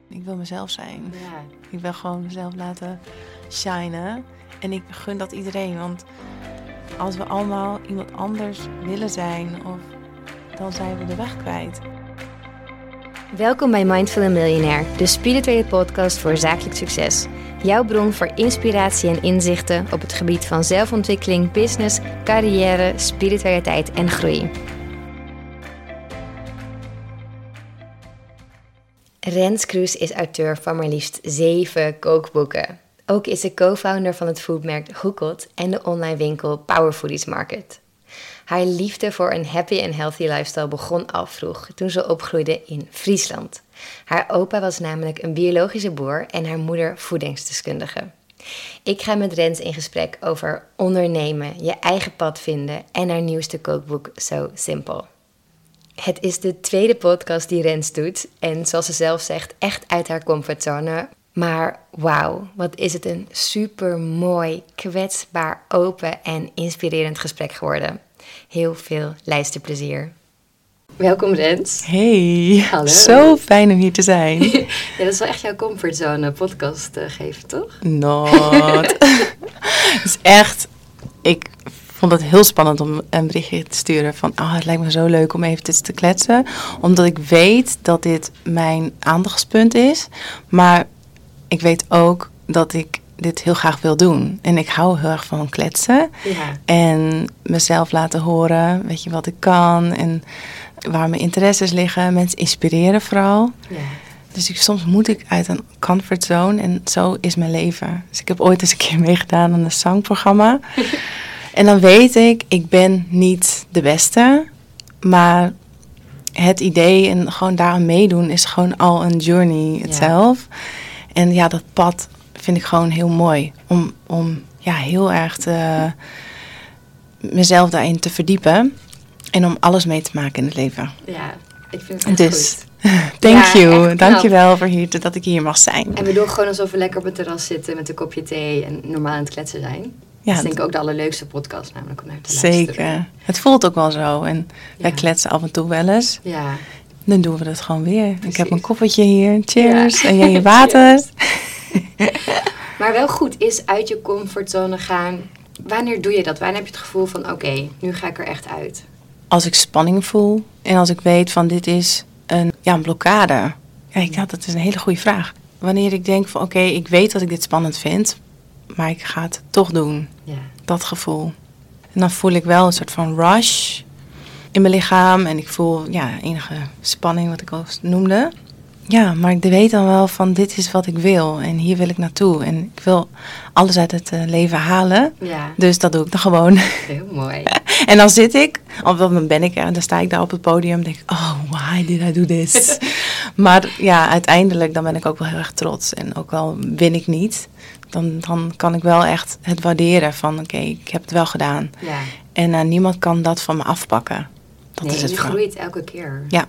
Ik wil mezelf zijn. Ja. Ik wil gewoon mezelf laten shinen. En ik gun dat iedereen. Want als we allemaal iemand anders willen zijn, dan zijn we de weg kwijt. Welkom bij Mindful & Millionaire, de spirituele podcast voor zakelijk succes. Jouw bron voor inspiratie en inzichten op het gebied van zelfontwikkeling, business, carrière, spiritualiteit en groei. Rens Kroes is auteur van maar liefst 7 kookboeken. Ook is ze co-founder van het foodmerk Goekot en de online winkel Power Foodies Market. Haar liefde voor een happy en healthy lifestyle begon al vroeg, toen ze opgroeide in Friesland. Haar opa was namelijk een biologische boer en haar moeder voedingsdeskundige. Ik ga met Rens in gesprek over ondernemen, je eigen pad vinden en haar nieuwste kookboek So Simple. Het is de tweede podcast die Rens doet en zoals ze zelf zegt, echt uit haar comfortzone. Maar wauw, wat is het een super mooi, kwetsbaar, open en inspirerend gesprek geworden. Heel veel luisterplezier. Welkom Rens. Hey, hallo. Zo fijn om hier te zijn. Ja, dat is wel echt jouw comfortzone podcast geven, toch? Not. Het is echt, ik vond het heel spannend om een berichtje te sturen van, het lijkt me zo leuk om even te kletsen. Omdat ik weet dat dit mijn aandachtspunt is, maar ik weet ook dat ik dit heel graag wil doen. En ik hou heel erg van kletsen. Ja. En mezelf laten horen, weet je, wat ik kan en waar mijn interesses liggen. Mensen inspireren vooral. Ja. Dus soms moet ik uit een comfortzone en zo is mijn leven. Dus ik heb ooit eens een keer meegedaan aan een zangprogramma. En dan weet ik ben niet de beste, maar het idee en gewoon daaraan meedoen is gewoon al een journey itself. En ja, dat pad vind ik gewoon heel mooi. Om heel erg mezelf daarin te verdiepen. En om alles mee te maken in het leven. Ja, ik vind het echt goed. Thank Ja, you. echt Dank je wel voor dat ik hier mag zijn. En we doen gewoon alsof we lekker op het terras zitten met een kopje thee en normaal aan het kletsen zijn. Ja, dat is denk ik ook de allerleukste podcast namelijk om naar te luisteren. Zeker. Het voelt ook wel zo. En wij kletsen af en toe wel eens. Ja. Dan doen we dat gewoon weer. Precies. Ik heb een koffertje hier. Cheers. Ja. En jij je water. Maar wel goed is uit je comfortzone gaan. Wanneer doe je dat? Wanneer heb je het gevoel van oké, nu ga ik er echt uit? Als ik spanning voel en als ik weet van dit is een blokkade. Ja, ik dacht, dat is een hele goede vraag. Wanneer ik denk van oké, ik weet dat ik dit spannend vind, maar ik ga het toch doen. Ja. Dat gevoel. En dan voel ik wel een soort van rush in mijn lichaam. En ik voel enige spanning, wat ik al noemde. Ja, maar ik weet dan wel van dit is wat ik wil. En hier wil ik naartoe. En ik wil alles uit het leven halen. Ja. Dus dat doe ik dan gewoon. Heel mooi. En dan zit ik, of dan ben ik er, dan sta ik daar op het podium en denk ik, why did I do this? Maar ja, uiteindelijk dan ben ik ook wel heel erg trots. En ook al win ik niet, dan kan ik wel echt het waarderen van oké, ik heb het wel gedaan. Ja. En niemand kan dat van me afpakken. Dat Nee, is het je vooral. groeit elke keer. Ja.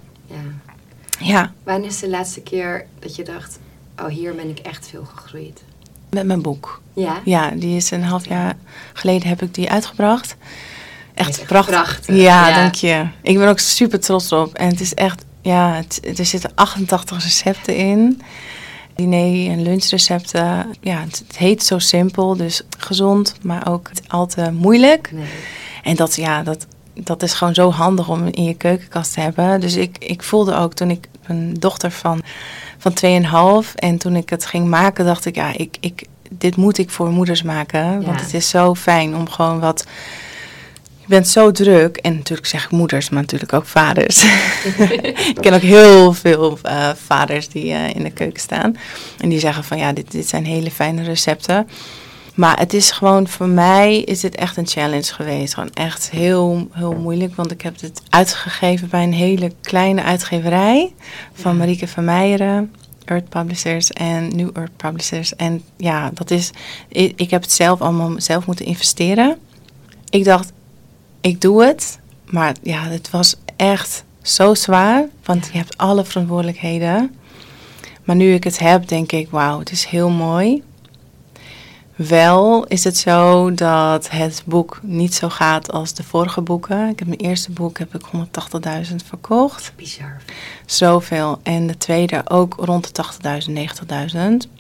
Ja, Wanneer is de laatste keer dat je dacht, hier ben ik echt veel gegroeid? met mijn boek. Ja? Ja, die is een half jaar geleden heb ik die uitgebracht. Echt Echt prachtig. prachtig. Ja, Ja. dank je. Ik ben ook super trots op. En het is echt, er zitten 88 recepten in. Diner- en lunchrecepten. Ja, het heet zo simpel, dus gezond, maar ook niet al te moeilijk. Nee. En dat is gewoon zo handig om in je keukenkast te hebben. Dus ik voelde ook toen ik een dochter van 2,5 en toen ik het ging maken, dacht ik, dit moet ik voor moeders maken. Want het is zo fijn om gewoon wat. Je bent zo druk. En natuurlijk zeg ik moeders, maar natuurlijk ook vaders. Ik ken ook heel veel vaders die in de keuken staan. En die zeggen van dit zijn hele fijne recepten. Maar het is gewoon, voor mij is dit echt een challenge geweest. Gewoon echt heel, heel moeilijk. Want ik heb het uitgegeven bij een hele kleine uitgeverij. Van Marieke van Meijeren, Earth Publishers en New Earth Publishers. En ja, ik heb het zelf allemaal zelf moeten investeren. Ik dacht, ik doe het. Maar ja, het was echt zo zwaar. Want je hebt alle verantwoordelijkheden. Maar nu ik het heb, denk ik, wauw, het is heel mooi. Wel is het zo dat het boek niet zo gaat als de vorige boeken. Ik heb mijn eerste boek heb ik 180.000 verkocht. Bizar. Zoveel. En de tweede ook rond de 80.000, 90.000.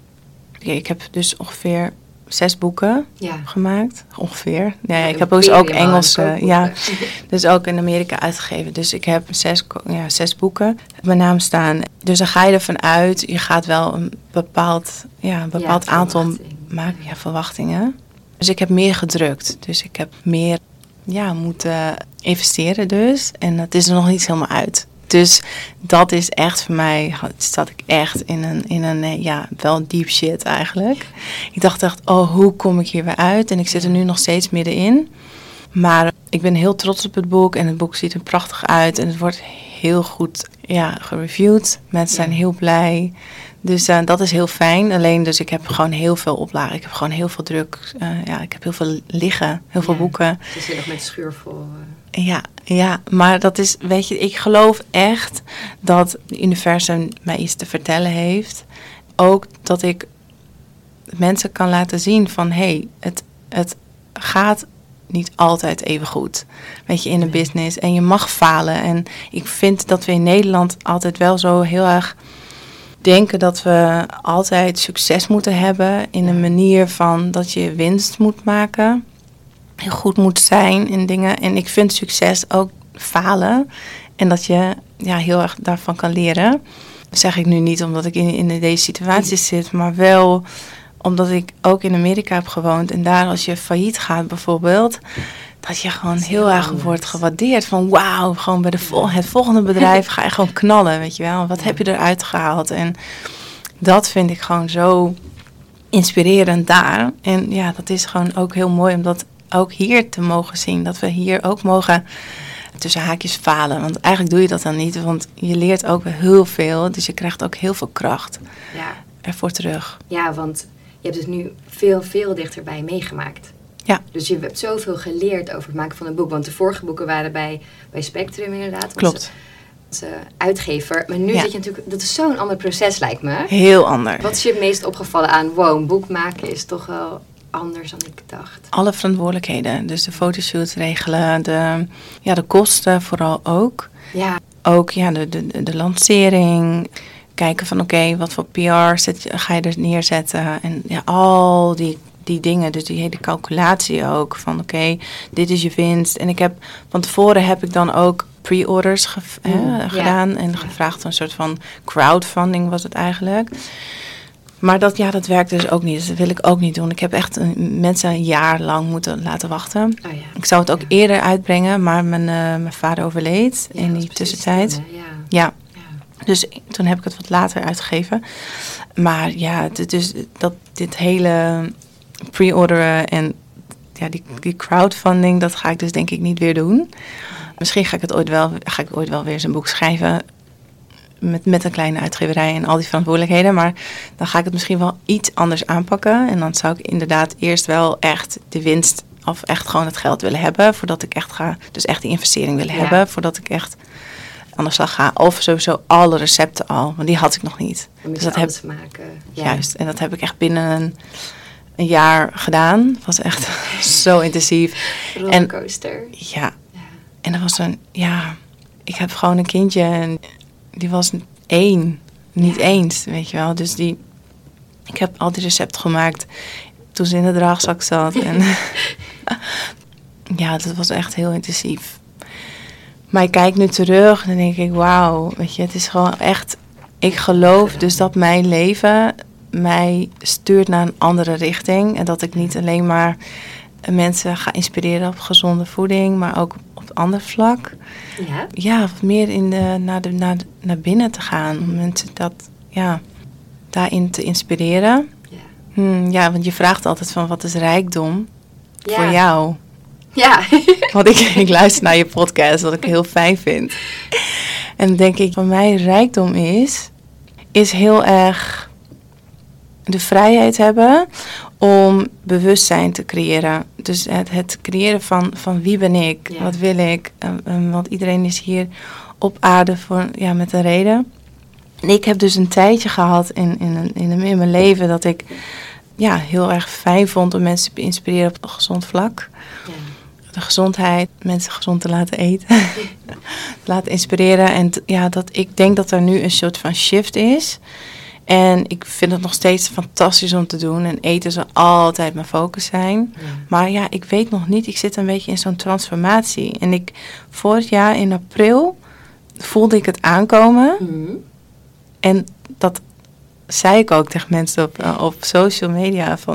Ik heb dus ongeveer 6 boeken gemaakt. Ongeveer. Nee, ik heb dus ook Engelse. Ja, dus ook in Amerika uitgegeven. Dus ik heb 6 boeken op mijn naam staan. Dus dan ga je ervan uit. Je gaat wel een bepaald aantal maken. Ja, verwachtingen. Dus ik heb meer gedrukt. Dus ik heb meer moeten investeren dus. En het is er nog niet helemaal uit. Dus dat is echt voor mij, zat ik echt in een wel deep shit eigenlijk. Ik dacht echt, hoe kom ik hier weer uit? En ik zit er nu nog steeds middenin. Maar ik ben heel trots op het boek en het boek ziet er prachtig uit. En het wordt heel goed gereviewd. Mensen zijn heel blij. Dus dat is heel fijn. Alleen dus ik heb gewoon heel veel oplagen. Ik heb gewoon heel veel druk. Ik heb heel veel liggen, heel veel boeken. Dus je nog met schuur vol. Ja, maar dat is, weet je, ik geloof echt dat het universum mij iets te vertellen heeft. Ook dat ik mensen kan laten zien van, het gaat niet altijd even goed. Weet je, in de business. En je mag falen. En ik vind dat we in Nederland altijd wel zo heel erg denken dat we altijd succes moeten hebben in een manier van dat je winst moet maken. Heel goed moet zijn in dingen. En ik vind succes ook falen. En dat je heel erg daarvan kan leren. Dat zeg ik nu niet omdat ik in deze situatie zit. Maar wel omdat ik ook in Amerika heb gewoond. En daar als je failliet gaat bijvoorbeeld. Dat je gewoon heel erg wordt gewaardeerd. Van wauw, gewoon bij het volgende bedrijf ga je gewoon knallen. Weet je wel. Wat heb je eruit gehaald? En dat vind ik gewoon zo inspirerend daar. En dat is gewoon ook heel mooi om dat ook hier te mogen zien. Dat we hier ook mogen tussen haakjes falen. Want eigenlijk doe je dat dan niet. Want je leert ook heel veel. Dus je krijgt ook heel veel kracht ervoor terug. Ja, want je hebt het nu veel dichterbij meegemaakt. Ja. Dus je hebt zoveel geleerd over het maken van een boek. Want de vorige boeken waren bij Spectrum inderdaad. Klopt. Onze uitgever. Maar nu zit je natuurlijk... Dat is zo'n ander proces lijkt me. Heel ander. Wat is je het meest opgevallen aan... een boek maken is toch wel anders dan ik dacht. Alle verantwoordelijkheden. Dus de fotoshoots regelen. De kosten vooral ook. Ja. Ook de lancering. Kijken van wat voor PR ga je er neerzetten. En al die dingen. Dus die hele calculatie ook. Van dit is je winst. En van tevoren heb ik dan ook pre-orders gedaan. En gevraagd een soort van crowdfunding was het eigenlijk. Maar dat werkt dus ook niet. Dus dat wil ik ook niet doen. Ik heb echt mensen een jaar lang moeten laten wachten. Oh ja. Ik zou het ook eerder uitbrengen, maar mijn vader overleed in die tussentijd. Ja. Dus toen heb ik het wat later uitgegeven. Maar dit hele pre-orderen en die crowdfunding, dat ga ik dus denk ik niet weer doen. Misschien ga ik ooit wel weer zo'n boek schrijven. Met een kleine uitgeverij en al die verantwoordelijkheden. Maar dan ga ik het misschien wel iets anders aanpakken. En dan zou ik inderdaad eerst wel echt de winst of echt gewoon het geld willen hebben. Voordat ik echt ga. Dus echt die investering willen hebben. Voordat ik echt aan de slag ga. Of sowieso alle recepten al. Want die had ik nog niet. Om dus dat heb te maken. Ja. Juist. En dat heb ik echt binnen een jaar gedaan. Het was echt zo intensief. Rollercoaster. En, en dat was ik heb gewoon een kindje en die was 1, niet eens, weet je wel. Dus ik heb al die recepten gemaakt toen ze in de draagzak zat. En dat was echt heel intensief. Maar ik kijk nu terug en dan denk ik, wauw, weet je, het is gewoon echt... Ik geloof dus dat mijn leven mij stuurt naar een andere richting. En dat ik niet alleen maar mensen ga inspireren op gezonde voeding, maar ook op een ander vlak. Ja, wat meer naar binnen te gaan. Om mensen daarin te inspireren. Want je vraagt altijd van wat is rijkdom voor jou? Ja. Want ik luister naar je podcast, wat ik heel fijn vind. En dan denk ik, voor mij rijkdom is heel erg de vrijheid hebben om bewustzijn te creëren. Dus het creëren van wie ben ik, wat wil ik. Want iedereen is hier op aarde met een reden. En ik heb dus een tijdje gehad in mijn leven dat ik heel erg fijn vond om mensen te inspireren op een gezond vlak. Ja. De gezondheid, mensen gezond te laten eten. Laten inspireren. En ik denk dat er nu een soort van shift is. En ik vind het nog steeds fantastisch om te doen. En eten zal altijd mijn focus zijn. Ja. Maar ik weet nog niet. Ik zit een beetje in zo'n transformatie. En vorig jaar in april voelde ik het aankomen. Mm-hmm. En dat zei ik ook tegen mensen op social media. Van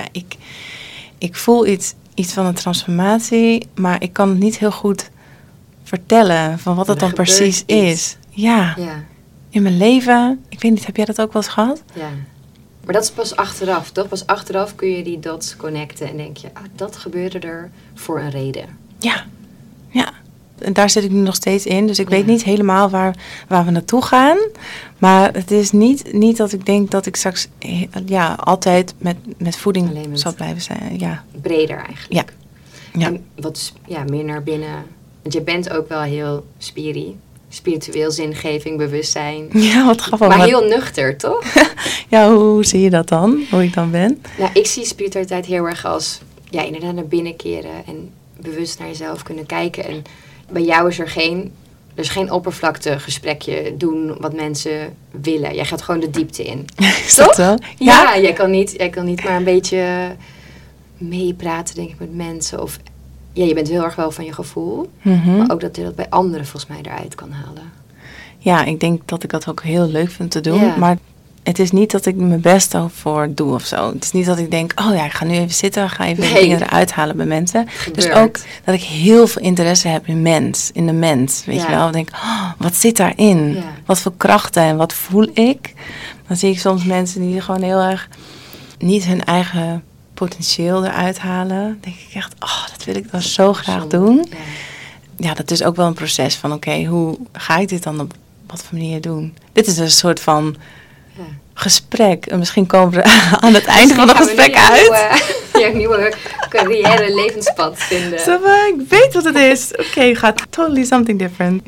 ik voel iets van een transformatie. Maar ik kan het niet heel goed vertellen van wat het dan precies is. Ja. In mijn leven. Ik weet niet, heb jij dat ook wel eens gehad? Ja. Maar dat is pas achteraf, toch? Pas achteraf kun je die dots connecten en denk je, dat gebeurde er voor een reden. Ja. En daar zit ik nu nog steeds in. Dus ik weet niet helemaal waar we naartoe gaan. Maar het is niet dat ik denk dat ik straks altijd met voeding zal blijven zijn. Ja. Breder eigenlijk. Ja. En wat meer naar binnen. Want je bent ook wel heel spiritueel, zingeving, bewustzijn. Ja, wat grappig. Maar heel nuchter, toch? Ja, hoe zie je dat dan? Hoe ik dan ben? Nou, ik zie spiritualiteit heel erg als inderdaad naar binnen keren en bewust naar jezelf kunnen kijken. En bij jou is er geen oppervlakte gesprekje doen wat mensen willen. Jij gaat gewoon de diepte in. Is dat wel? Ja, jij kan niet maar een beetje meepraten, denk ik, met mensen. Of je bent heel erg wel van je gevoel. Mm-hmm. Maar ook dat je dat bij anderen volgens mij eruit kan halen. Ja, ik denk dat ik dat ook heel leuk vind te doen. Ja. Maar het is niet dat ik mijn best voor doe of zo. Het is niet dat ik denk, ik ga nu even zitten. Ga even dingen eruit halen bij mensen. Dus ook dat ik heel veel interesse heb in de mens. Weet je wel? Ik denk, wat zit daarin? Ja. Wat voor krachten en wat voel ik? Dan zie ik soms mensen die gewoon heel erg niet hun eigen potentieel eruit halen. Dan denk ik echt, dat wil ik dan zo graag doen. Ja, dat is ook wel een proces van, hoe ga ik dit dan op wat voor manier doen? Dit is een soort van gesprek. En misschien komen we aan het einde van het gesprek uit. Een nieuwe carrière, levenspad vinden. Ik weet wat het is. Gaat totally something different.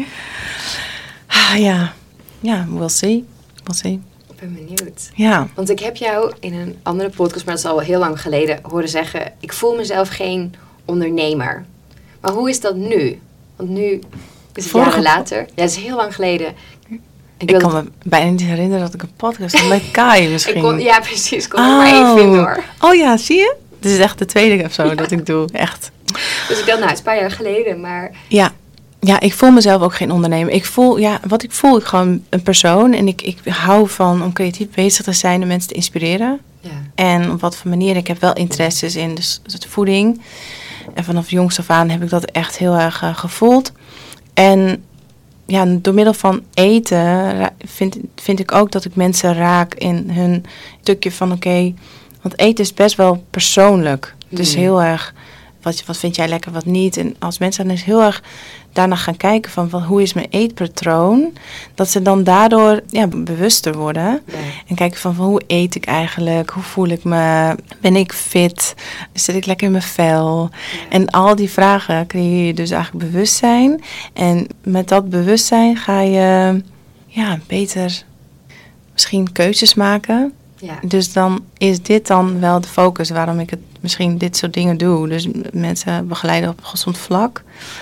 Ja, we'll see. Ik ben benieuwd. Ja. Want ik heb jou in een andere podcast, maar dat is al heel lang geleden, horen zeggen, ik voel mezelf geen ondernemer. Maar hoe is dat nu? Want nu is het jaren later. Ja, dat is heel lang geleden. Ik kan me bijna niet herinneren dat ik een podcast had met Kai misschien. Ja, precies. Ik kon er maar één vinden hoor. Oh ja, zie je? Dit is echt de tweede of zo dat ik doe. Echt. Dus ik dacht, het is een paar jaar geleden, maar... Ja, ik voel mezelf ook geen ondernemer. Ik voel gewoon een persoon. En ik hou van om creatief bezig te zijn en mensen te inspireren. Ja. En op wat voor manier. Ik heb wel interesses in de voeding. En vanaf jongs af aan heb ik dat echt heel erg gevoeld. En door middel van eten vind ik ook dat ik mensen raak in hun stukje van want eten is best wel persoonlijk. Dus heel erg, wat vind jij lekker, wat niet. En als mensen dan dus heel erg daarna gaan kijken van hoe is mijn eetpatroon, dat ze dan daardoor bewuster worden. Ja. En kijken van hoe eet ik eigenlijk, hoe voel ik me, ben ik fit, zit ik lekker in mijn vel. Ja. En al die vragen creëer je dus eigenlijk bewustzijn. En met dat bewustzijn ga je beter misschien keuzes maken. Ja. Dus dan is dit dan wel de focus waarom ik het misschien dit soort dingen doe. Dus mensen begeleiden op een gezond vlak.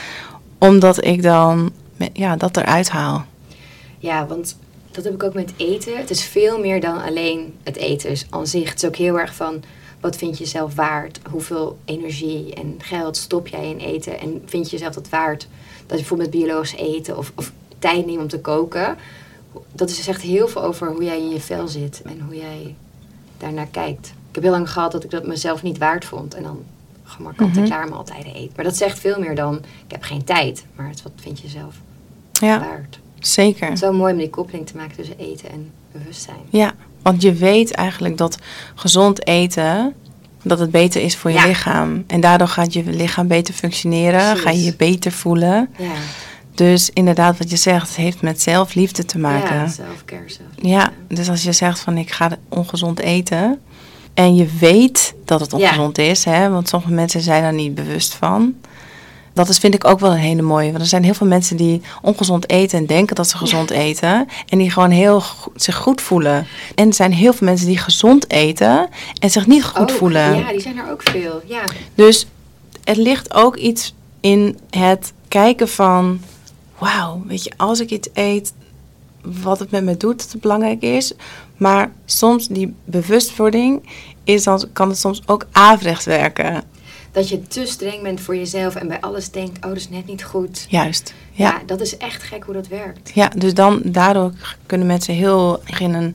Omdat ik dan dat eruit haal. Ja, want dat heb ik ook met eten. Het is veel meer dan alleen het eten is aan zich. Het is ook heel erg van, wat vind je zelf waard? Hoeveel energie en geld stop jij in eten? En vind je jezelf dat waard? Dat je bijvoorbeeld biologisch eten of tijd neemt om te koken. Dat zegt heel veel over hoe jij in je vel zit. En hoe jij daarnaar kijkt. Ik heb heel lang gehad dat ik dat mezelf niet waard vond. En dan gemakkelijk en klaar maaltijden eet. Maar dat zegt veel meer dan, ik heb geen tijd. Maar het, wat vind je zelf waard? Zeker. Het is wel mooi om die koppeling te maken tussen eten en bewustzijn. Ja, want je weet eigenlijk dat gezond eten, dat het beter is voor je lichaam. En daardoor gaat je lichaam beter functioneren. Precies. Ga je je beter voelen. Ja. Dus inderdaad wat je zegt, het heeft met zelfliefde te maken. Ja, self-care. Ja, dus als je zegt van ik ga ongezond eten en je weet dat het ongezond is, hè, want sommige mensen zijn daar niet bewust van. Dat is, vind ik ook wel een hele mooie. Want er zijn heel veel mensen die ongezond eten en denken dat ze gezond eten. En die gewoon zich goed voelen. En er zijn heel veel mensen die gezond eten en zich niet goed voelen. Ja, die zijn er ook veel. Ja. Dus het ligt ook iets in het kijken van... Wauw, weet je, als ik iets eet, wat het met me doet, dat het belangrijk is. Maar soms die bewustwording kan het soms ook averechts werken. Dat je te streng bent voor jezelf en bij alles denkt, oh, dat is net niet goed. Juist, ja. Dat is echt gek hoe dat werkt. Ja, dus daardoor kunnen mensen heel in een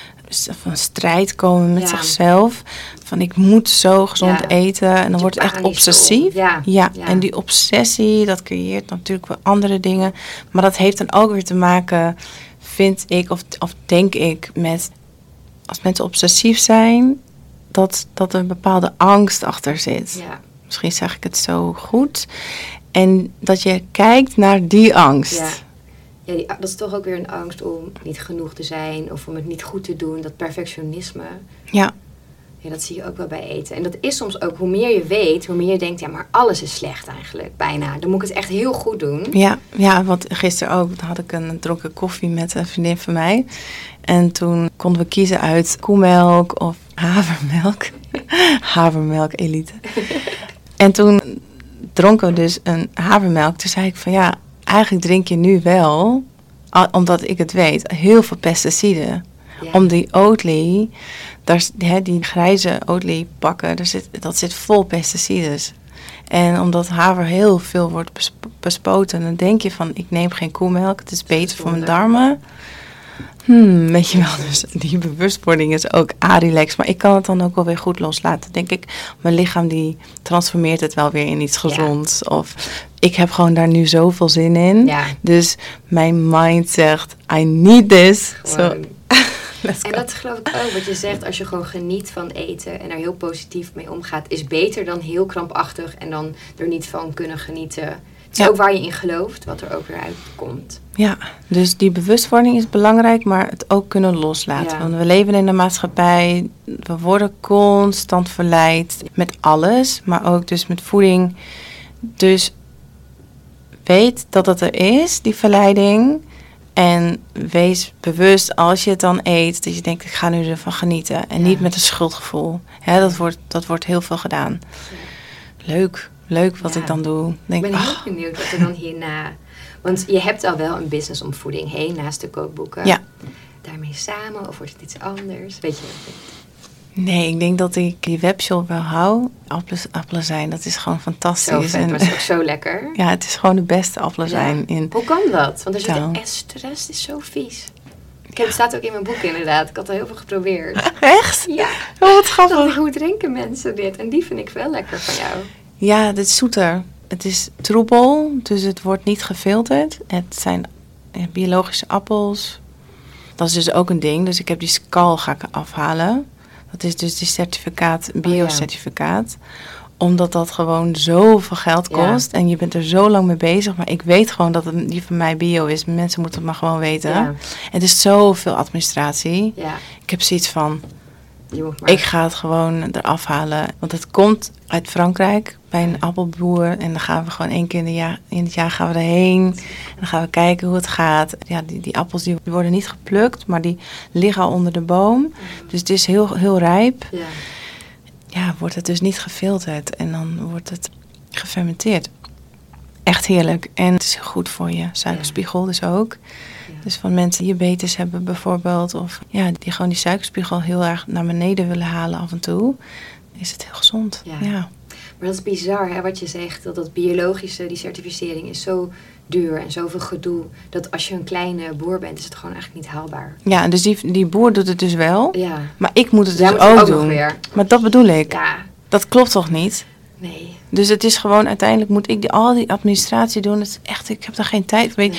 strijd komen met zichzelf. Van ik moet zo gezond eten. En dan wordt het echt obsessief. Ja. En die obsessie, dat creëert natuurlijk wel andere dingen. Maar dat heeft dan ook weer te maken, vind ik, of denk ik, met als mensen obsessief zijn, dat er een bepaalde angst achter zit. Ja. Misschien zeg ik het zo goed. En dat je kijkt naar die angst. Ja, dat is toch ook weer een angst om niet genoeg te zijn of om het niet goed te doen. Dat perfectionisme. Ja. Ja, dat zie je ook wel bij eten. En dat is soms ook, hoe meer je weet, hoe meer je denkt, ja, maar alles is slecht eigenlijk, bijna. Dan moet ik het echt heel goed doen. Ja, want gisteren ook had ik een dronken koffie met een vriendin van mij. En toen konden we kiezen uit koemelk of havermelk. Havermelk elite. En toen dronken we dus een havermelk. Toen zei ik van ja, eigenlijk drink je nu wel, omdat ik het weet, heel veel pesticiden. Ja. Om die Oatly, die grijze Oatly pakken, dat zit vol pesticiden. En omdat haver heel veel wordt bespoten, dan denk je van, ik neem geen koemelk, het is beter voor mijn darmen. Weet je wel, dus die bewustwording is ook relaxed. Maar ik kan het dan ook wel weer goed loslaten, denk ik. Mijn lichaam die transformeert het wel weer in iets gezonds. Ja. Of ik heb gewoon daar nu zoveel zin in. Ja. Dus mijn mind zegt, I need this. En dat geloof ik ook, wat je zegt, als je gewoon geniet van eten en er heel positief mee omgaat, is beter dan heel krampachtig en dan er niet van kunnen genieten. Het is ook waar je in gelooft, wat er ook weer uitkomt. Ja, dus die bewustwording is belangrijk, maar het ook kunnen loslaten. Ja. Want we leven in een maatschappij, we worden constant verleid met alles, maar ook dus met voeding. Dus weet dat het er is, die verleiding. En wees bewust als je het dan eet, dat je denkt, ik ga nu ervan genieten. En niet met een schuldgevoel. Dat wordt heel veel gedaan. Leuk wat ik dan doe. Ik ben heel benieuwd wat er dan hierna... Want je hebt al wel een business om voeding heen, naast de kookboeken. Ja. Daarmee samen, of wordt het iets anders? Weet je? Nee, ik denk dat ik die webshop wel hou. Appelazijn, dat is gewoon fantastisch. Zo vet, maar het is ook zo lekker. Ja, het is gewoon de beste appelazijn. Ja. Hoe kan dat? Want als je de rest is zo vies. Het staat ook in mijn boek inderdaad. Ik had al heel veel geprobeerd. Echt? Ja. Oh, wat grappig. Hoe drinken mensen dit? En die vind ik wel lekker van jou. Ja, dit is zoeter. Het is troebel, dus het wordt niet gefilterd. Het zijn biologische appels. Dat is dus ook een ding. Dus ik heb die skal ga ik afhalen. Dat is dus die certificaat, biocertificaat. Omdat dat gewoon zoveel geld kost. Ja. En je bent er zo lang mee bezig. Maar ik weet gewoon dat die van mij bio is. Mensen moeten het maar gewoon weten. Ja. Het is zoveel administratie. Ja. Ik heb zoiets van, ik ga het gewoon eraf halen. Want het komt uit Frankrijk bij een appelboer. En dan gaan we gewoon 1 keer in het jaar gaan we erheen. En dan gaan we kijken hoe het gaat. Ja, die appels die worden niet geplukt, maar die liggen al onder de boom. Dus het is heel, heel rijp. Ja, wordt het dus niet gefilterd. En dan wordt het gefermenteerd. Echt heerlijk. En het is heel goed voor je. Suikerspiegel dus ook. Dus van mensen die diabetes hebben bijvoorbeeld. Of die gewoon die suikerspiegel heel erg naar beneden willen halen af en toe. Is het heel gezond. Ja. Maar dat is bizar hè, wat je zegt. Dat biologische, die certificering is zo duur en zoveel gedoe. Dat als je een kleine boer bent, is het gewoon eigenlijk niet haalbaar. Ja, dus die boer doet het dus wel. Ja. Maar ik moet het dus ook doen. Weer. Maar dat bedoel ik. Ja. Dat klopt toch niet? Nee. Dus het is gewoon, uiteindelijk moet ik al die administratie doen. Het is echt, ik heb er geen tijd voor.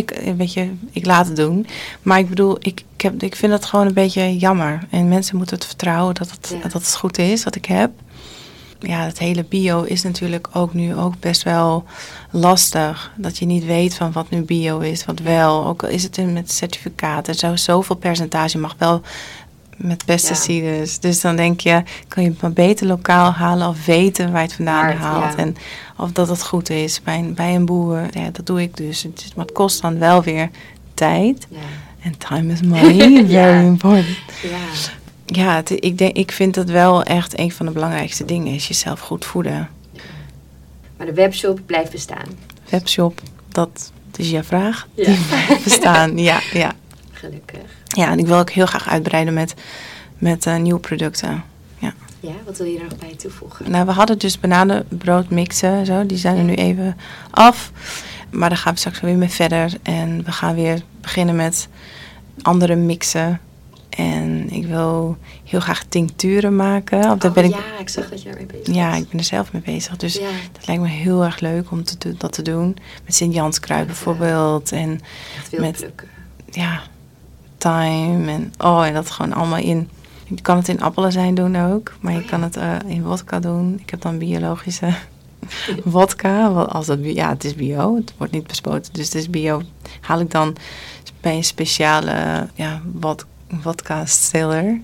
Ik laat het doen. Maar ik bedoel, ik vind dat gewoon een beetje jammer. En mensen moeten het vertrouwen dat het goed is, wat ik heb. Ja, het hele bio is natuurlijk nu ook best wel lastig. Dat je niet weet van wat nu bio is, wat wel. Ook al is het met certificaten. Zoveel percentage mag wel met pesticiden. Ja. Dus dan denk je, kan je het maar beter lokaal halen of weten waar je het vandaan haalt. Ja. En of dat het goed is bij een boer. Ja, dat doe ik dus. Maar het kost dan wel weer tijd. Ja. En time is money, very important. Ja, ik vind dat wel echt een van de belangrijkste dingen, is jezelf goed voeden. Ja. Maar de webshop blijft bestaan. Webshop, dat is jouw vraag. Ja. Die blijft bestaan, ja. Gelukkig. Ja, en ik wil ook heel graag uitbreiden met nieuwe producten. Ja, wat wil je er nog bij toevoegen? Nou, we hadden dus bananenbroodmixen, zo. Die zijn er nu even af. Maar daar gaan we straks weer mee verder. En we gaan weer beginnen met andere mixen. En ik wil heel graag tincturen maken. Ik zag dat je daarmee bezig bent. Ja, ik ben er zelf mee bezig. Dus dat lijkt me heel erg leuk om dat te doen. Met Sint-Janskruid bijvoorbeeld. En echt veel plukken. Ja, thyme. En dat gewoon allemaal in. Je kan het in appelazijn doen ook. Maar je kan het in wodka doen. Ik heb dan biologische wodka. Het is bio. Het wordt niet bespoten. Dus het is bio. Haal ik dan bij een speciale wodka stiller.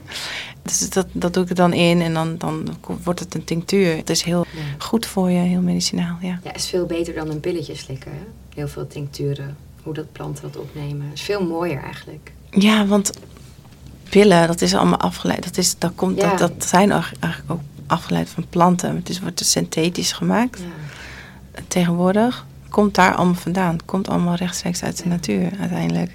Dus dat doe ik er dan in. En dan wordt het een tinctuur. Het is heel goed voor je. Heel medicinaal. Ja, is veel beter dan een pilletje slikken. Hè? Heel veel tincturen. Hoe dat planten wat opnemen. Is veel mooier eigenlijk. Ja, want pillen, dat is allemaal afgeleid. Dat zijn eigenlijk ook afgeleid van planten. Het wordt synthetisch gemaakt. Ja. Tegenwoordig komt daar allemaal vandaan. Het komt allemaal rechtstreeks uit de natuur uiteindelijk.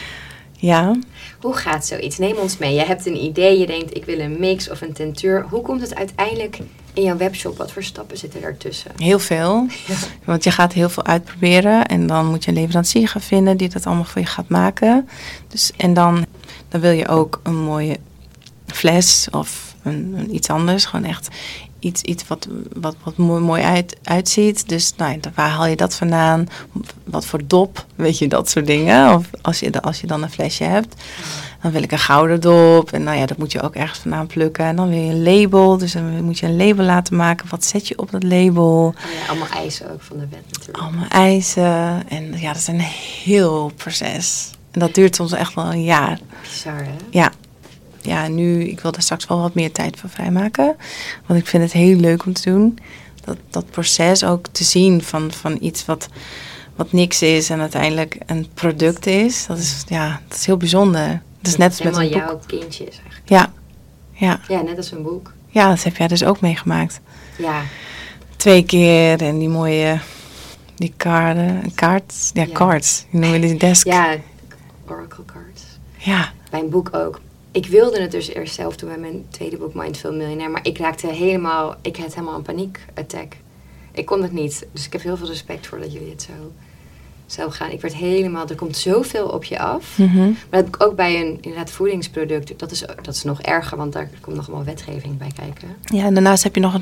Ja. Hoe gaat zoiets? Neem ons mee. Je hebt een idee, je denkt ik wil een mix of een tinctuur. Hoe komt het uiteindelijk in jouw webshop? Wat voor stappen zitten daartussen? Heel veel. Ja. Want je gaat heel veel uitproberen. En dan moet je een leverancier gaan vinden die dat allemaal voor je gaat maken. Dus, en dan wil je ook een mooie fles of iets anders. Gewoon echt iets wat mooi uitziet. Dus waar haal je dat vandaan? Wat voor dop? Weet je, dat soort dingen. Of als je dan een flesje hebt. Dan wil ik een gouden dop. En dat moet je ook ergens vandaan plukken. En dan wil je een label. Dus dan moet je een label laten maken. Wat zet je op dat label? Allemaal eisen ook van de wet natuurlijk. Allemaal eisen. En dat is een heel proces. En dat duurt soms echt wel een jaar. Bizar, hè? Ja. Ja, ik wil er straks wel wat meer tijd voor vrijmaken. Want ik vind het heel leuk om te doen. Dat proces ook te zien van iets wat niks is en uiteindelijk een product is. Dat is heel bijzonder. Dat is net als met een boek. Jouw kindje is eigenlijk. Ja, net als een boek. Ja, dat heb jij dus ook meegemaakt. Ja. 2 keer en die mooie, die kaarts. Ja, cards. Je noemt die desk. Ja, oracle cards. Ja. Bij een boek ook. Ik wilde het dus eerst zelf doen bij mijn tweede boek Mindful Millionaire. Maar ik had helemaal een paniekattack. Ik kon het niet. Dus ik heb heel veel respect voor dat jullie het zo gaan. Ik werd er komt zoveel op je af. Mm-hmm. Maar dat heb ik ook bij een inderdaad voedingsproduct. Dat is nog erger, want daar komt nog allemaal wetgeving bij kijken. Ja, en daarnaast heb je nog een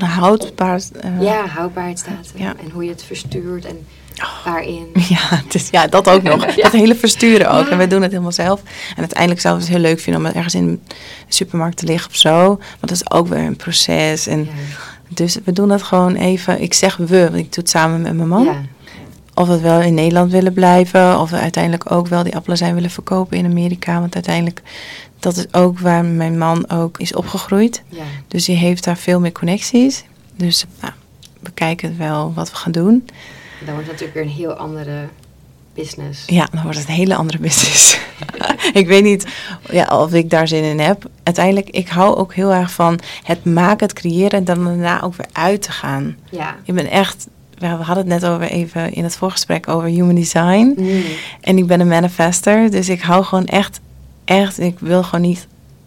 houdbaarheidsdatum. Ja. En hoe je het verstuurt en waarin. Ja, dat ook nog. Dat hele versturen ook. Ja. En wij doen het helemaal zelf. En uiteindelijk zouden we het heel leuk vinden om ergens in de supermarkt te liggen of zo. Want dat is ook weer een proces. En dus we doen dat gewoon even. Ik zeg we, want ik doe het samen met mijn man. Ja. Of we wel in Nederland willen blijven. Of we uiteindelijk ook wel die appelen willen verkopen in Amerika. Want uiteindelijk, dat is ook waar mijn man ook is opgegroeid. Ja. Dus die heeft daar veel meer connecties. Dus we kijken wel wat we gaan doen. Dan wordt het natuurlijk weer een heel andere business. Ja, dan wordt het een hele andere business. Ik weet niet of ik daar zin in heb. Uiteindelijk, ik hou ook heel erg van het maken, het creëren en dan daarna ook weer uit te gaan. Ja. Ik ben echt... We hadden het net even in het voorgesprek over human design. Mm. En ik ben een manifester. Dus ik hou gewoon echt... Ik wil gewoon niet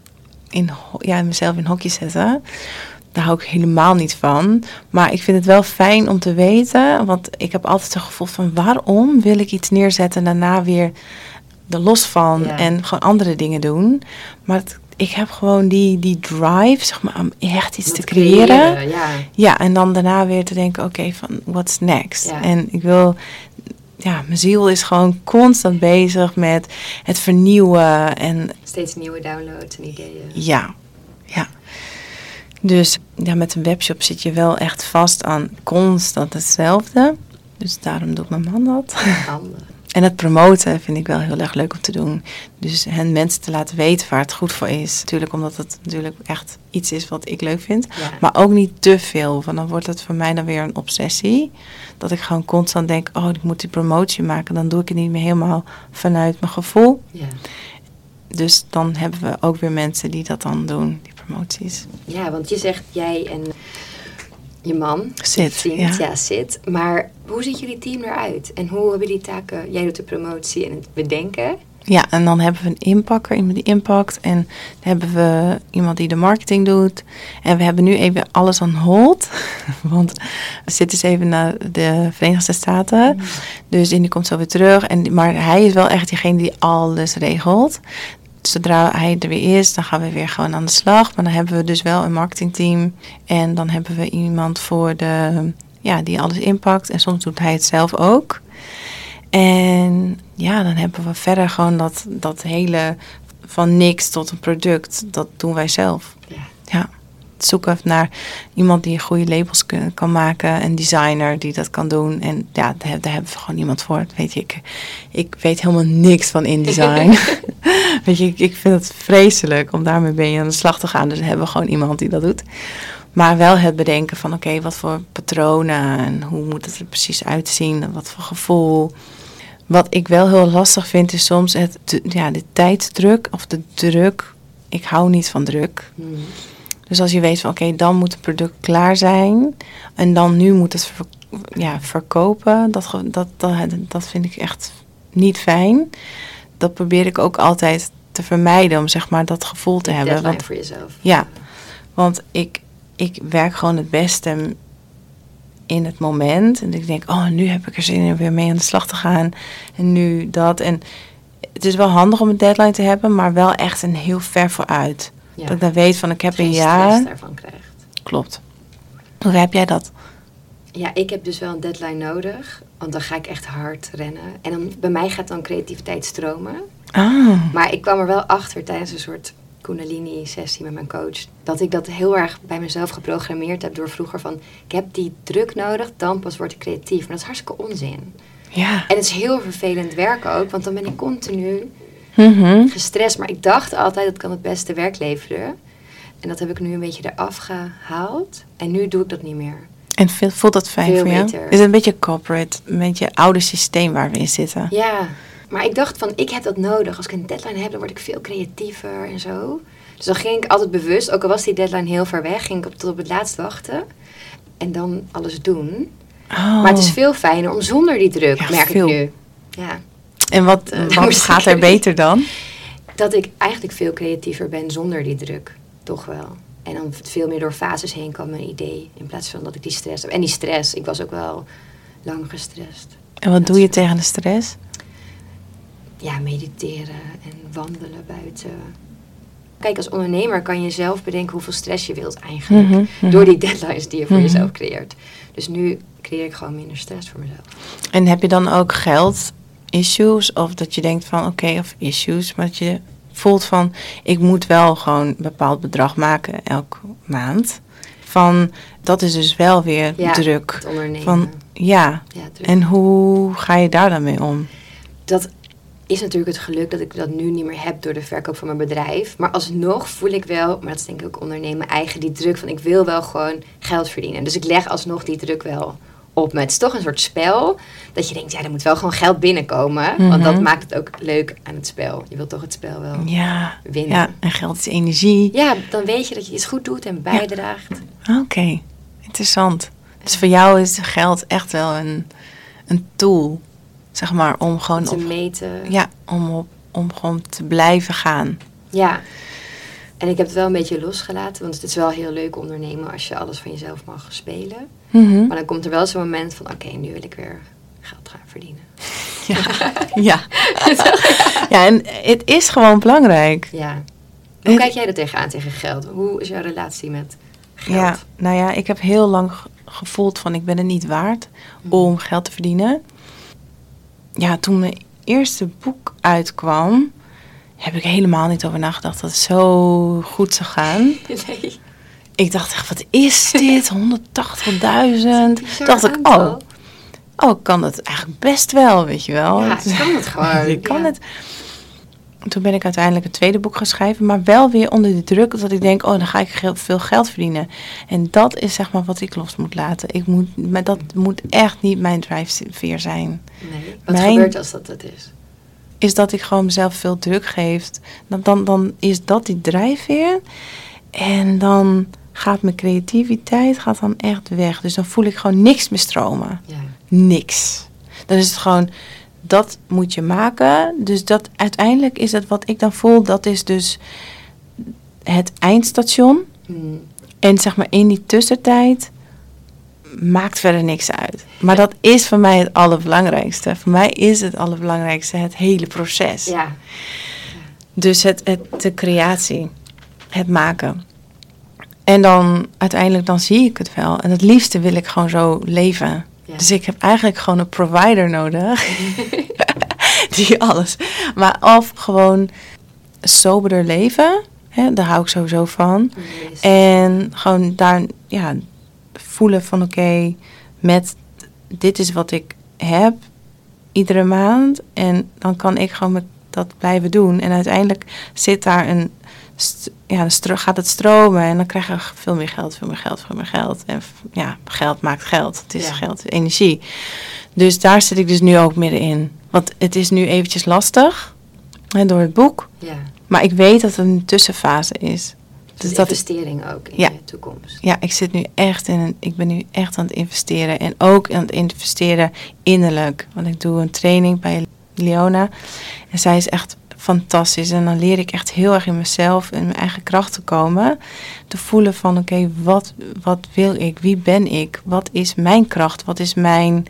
mezelf in hokjes zetten. Daar hou ik helemaal niet van. Maar ik vind het wel fijn om te weten. Want ik heb altijd het gevoel van... waarom wil ik iets neerzetten en daarna weer er los van... en gewoon andere dingen doen. Maar ik heb gewoon die drive, zeg maar, om echt iets te creëren. Ja, en dan daarna weer te denken, oké, van what's next? Ja. En ik wil... Ja, mijn ziel is gewoon constant bezig met het vernieuwen. En steeds nieuwe downloads en ideeën. Ja. Dus met een webshop zit je wel echt vast aan constant hetzelfde. Dus daarom doet mijn man dat. En het promoten vind ik wel heel erg leuk om te doen. Dus hen mensen te laten weten waar het goed voor is. Natuurlijk omdat het natuurlijk echt iets is wat ik leuk vind. Ja. Maar ook niet te veel. Want dan wordt het voor mij dan weer een obsessie. Dat ik gewoon constant denk, ik moet die promotie maken. Dan doe ik het niet meer helemaal vanuit mijn gevoel. Ja. Dus dan hebben we ook weer mensen die dat dan doen, die promoties. Ja, want je zegt jij en je man, Sid, vriend, ja. Sid. Maar hoe ziet jullie team eruit? En hoe hebben die taken? Jij doet de promotie en het bedenken. Ja, en dan hebben we een inpakker, iemand die inpakt. En dan hebben we iemand die de marketing doet. En we hebben nu even alles on hold. Want Sid is even naar de Verenigde Staten. Mm. Dus die komt zo weer terug. Maar hij is wel echt diegene die alles regelt. Zodra hij er weer is, dan gaan we weer gewoon aan de slag. Maar dan hebben we dus wel een marketingteam. En dan hebben we iemand voor die alles inpakt. En soms doet hij het zelf ook. En ja, dan hebben we verder gewoon dat hele van niks tot een product. Dat doen wij zelf. Ja. Zoeken naar iemand die goede labels kan maken. Een designer die dat kan doen. En ja, daar hebben we gewoon iemand voor. Weet je, ik weet helemaal niks van InDesign. Weet je, ik vind het vreselijk om daarmee aan de slag te gaan. Dus dan hebben we gewoon iemand die dat doet. Maar wel het bedenken van oké, wat voor patronen en hoe moet het er precies uitzien. En wat voor gevoel. Wat ik wel heel lastig vind is soms de tijdsdruk of de druk. Ik hou niet van druk. Mm. Dus als je weet van oké, dan moet het product klaar zijn. En dan nu moet het verkopen. Dat vind ik echt niet fijn. Dat probeer ik ook altijd te vermijden om zeg maar dat gevoel te hebben. Deadline voor jezelf. Ja, want ik werk gewoon het beste in het moment. En ik denk, nu heb ik er zin in weer mee aan de slag te gaan. En nu dat. En het is wel handig om een deadline te hebben, maar wel echt een heel ver vooruit. Ja. Dat ik dan weet van, ik heb een jaar. Stress daarvan krijgt. Klopt. Hoe heb jij dat? Ja, ik heb dus wel een deadline nodig. Want dan ga ik echt hard rennen. En dan, bij mij gaat dan creativiteit stromen. Ah. Maar ik kwam er wel achter tijdens een soort Kundalini-sessie met mijn coach. Dat ik dat heel erg bij mezelf geprogrammeerd heb door vroeger van, ik heb die druk nodig, dan pas word ik creatief. Maar dat is hartstikke onzin. Ja. En het is heel vervelend werken ook, want dan ben ik continu gestrest. Maar ik dacht altijd, dat kan het beste werk leveren. En dat heb ik nu een beetje eraf gehaald. En nu doe ik dat niet meer. En voelt dat fijn veel voor jou? beter. Is het een beetje corporate, een beetje oude systeem waar we in zitten? Ja, maar ik dacht van, ik heb dat nodig. Als ik een deadline heb, dan word ik veel creatiever en zo. Dus dan ging ik altijd bewust, ook al was die deadline heel ver weg, ging ik tot op het laatst wachten. En dan alles doen. Oh. Maar het is veel fijner om zonder die druk, merk ik nu. Ja. En wat gaat er beter dan? Dat ik eigenlijk veel creatiever ben zonder die druk. Toch wel. En dan veel meer door fases heen kan mijn idee. In plaats van dat ik die stress heb. En die stress, ik was ook wel lang gestrest. En wat doe je tegen de stress? Ja, mediteren en wandelen buiten. Kijk, als ondernemer kan je zelf bedenken hoeveel stress je wilt eigenlijk. Door die deadlines die je voor jezelf creëert. Dus nu creëer ik gewoon minder stress voor mezelf. En heb je dan ook geld-issues? Of dat je denkt van of issues, maar dat je voelt van, ik moet wel gewoon een bepaald bedrag maken elke maand. Van, dat is dus wel weer druk. Het ondernemen. Van, druk. En hoe ga je daar dan mee om? Dat is natuurlijk het geluk dat ik dat nu niet meer heb door de verkoop van mijn bedrijf. Maar alsnog voel ik wel, maar dat is denk ik ook ondernemen eigen, die druk van ik wil wel gewoon geld verdienen. Dus ik leg alsnog die druk wel op me. Het is toch een soort spel dat je denkt, er moet wel gewoon geld binnenkomen. Want dat maakt het ook leuk aan het spel. Je wilt toch het spel wel winnen. Ja, en geld is energie. Ja, dan weet je dat je iets goed doet en bijdraagt. Ja. Oké, interessant. Dus voor jou is geld echt wel een tool, zeg maar, om gewoon te meten. Ja, om gewoon te blijven gaan. Ja. En ik heb het wel een beetje losgelaten, want het is wel heel leuk ondernemen als je alles van jezelf mag spelen. Maar dan komt er wel zo'n moment van, oké, nu wil ik weer geld gaan verdienen. Ja, en het is gewoon belangrijk. Ja. Hoe kijk jij er tegenaan, tegen geld? Hoe is jouw relatie met geld? Ja, nou ja, ik heb heel lang gevoeld van, ik ben het niet waard om geld te verdienen. Ja, toen mijn eerste boek uitkwam, heb ik helemaal niet over nagedacht dat het zo goed zou gaan. Nee. Ik dacht echt, wat is dit? 180.000. Dacht ik, ik kan het eigenlijk best wel, weet je wel. Ja, ik kan het gewoon. Ik kan het. Toen ben ik uiteindelijk het tweede boek gaan schrijven, maar wel weer onder de druk dat ik denk, dan ga ik veel geld verdienen. En dat is zeg maar wat ik los moet laten. Maar dat moet echt niet mijn drijfveer zijn. Nee, wat gebeurt als dat het is? Is dat ik gewoon mezelf veel druk geef. Dan is dat die drijfveer. En dan gaat mijn creativiteit dan echt weg. Dus dan voel ik gewoon niks meer stromen. Ja. Niks. Dan is het gewoon, dat moet je maken. Dus dat uiteindelijk is het wat ik dan voel, dat is dus het eindstation. En zeg maar in die tussentijd maakt verder niks uit. Maar dat is voor mij het allerbelangrijkste. Voor mij is het allerbelangrijkste het hele proces. Ja. Dus de creatie, het maken. En dan uiteindelijk dan zie ik het wel. En het liefste wil ik gewoon zo leven. Ja. Dus ik heb eigenlijk gewoon een provider nodig. Die alles. Maar of gewoon soberder leven. Hè, daar hou ik sowieso van. Yes. En gewoon daar voelen van oké, met dit is wat ik heb iedere maand. En dan kan ik gewoon met dat blijven doen. En uiteindelijk zit daar gaat het stromen. En dan krijg je veel meer geld. En geld maakt geld. Het is geld, energie. Dus daar zit ik dus nu ook middenin. Want het is nu eventjes lastig. Door het boek. Ja. Maar ik weet dat het een tussenfase is. Dus dat investering ook in je toekomst. Ja, ik ben nu echt aan het investeren. En ook aan het investeren innerlijk. Want ik doe een training bij Leona. En zij is echt fantastisch. En dan leer ik echt heel erg in mezelf en mijn eigen kracht te komen. Te voelen van oké, wat wil ik? Wie ben ik? Wat is mijn kracht? Wat is mijn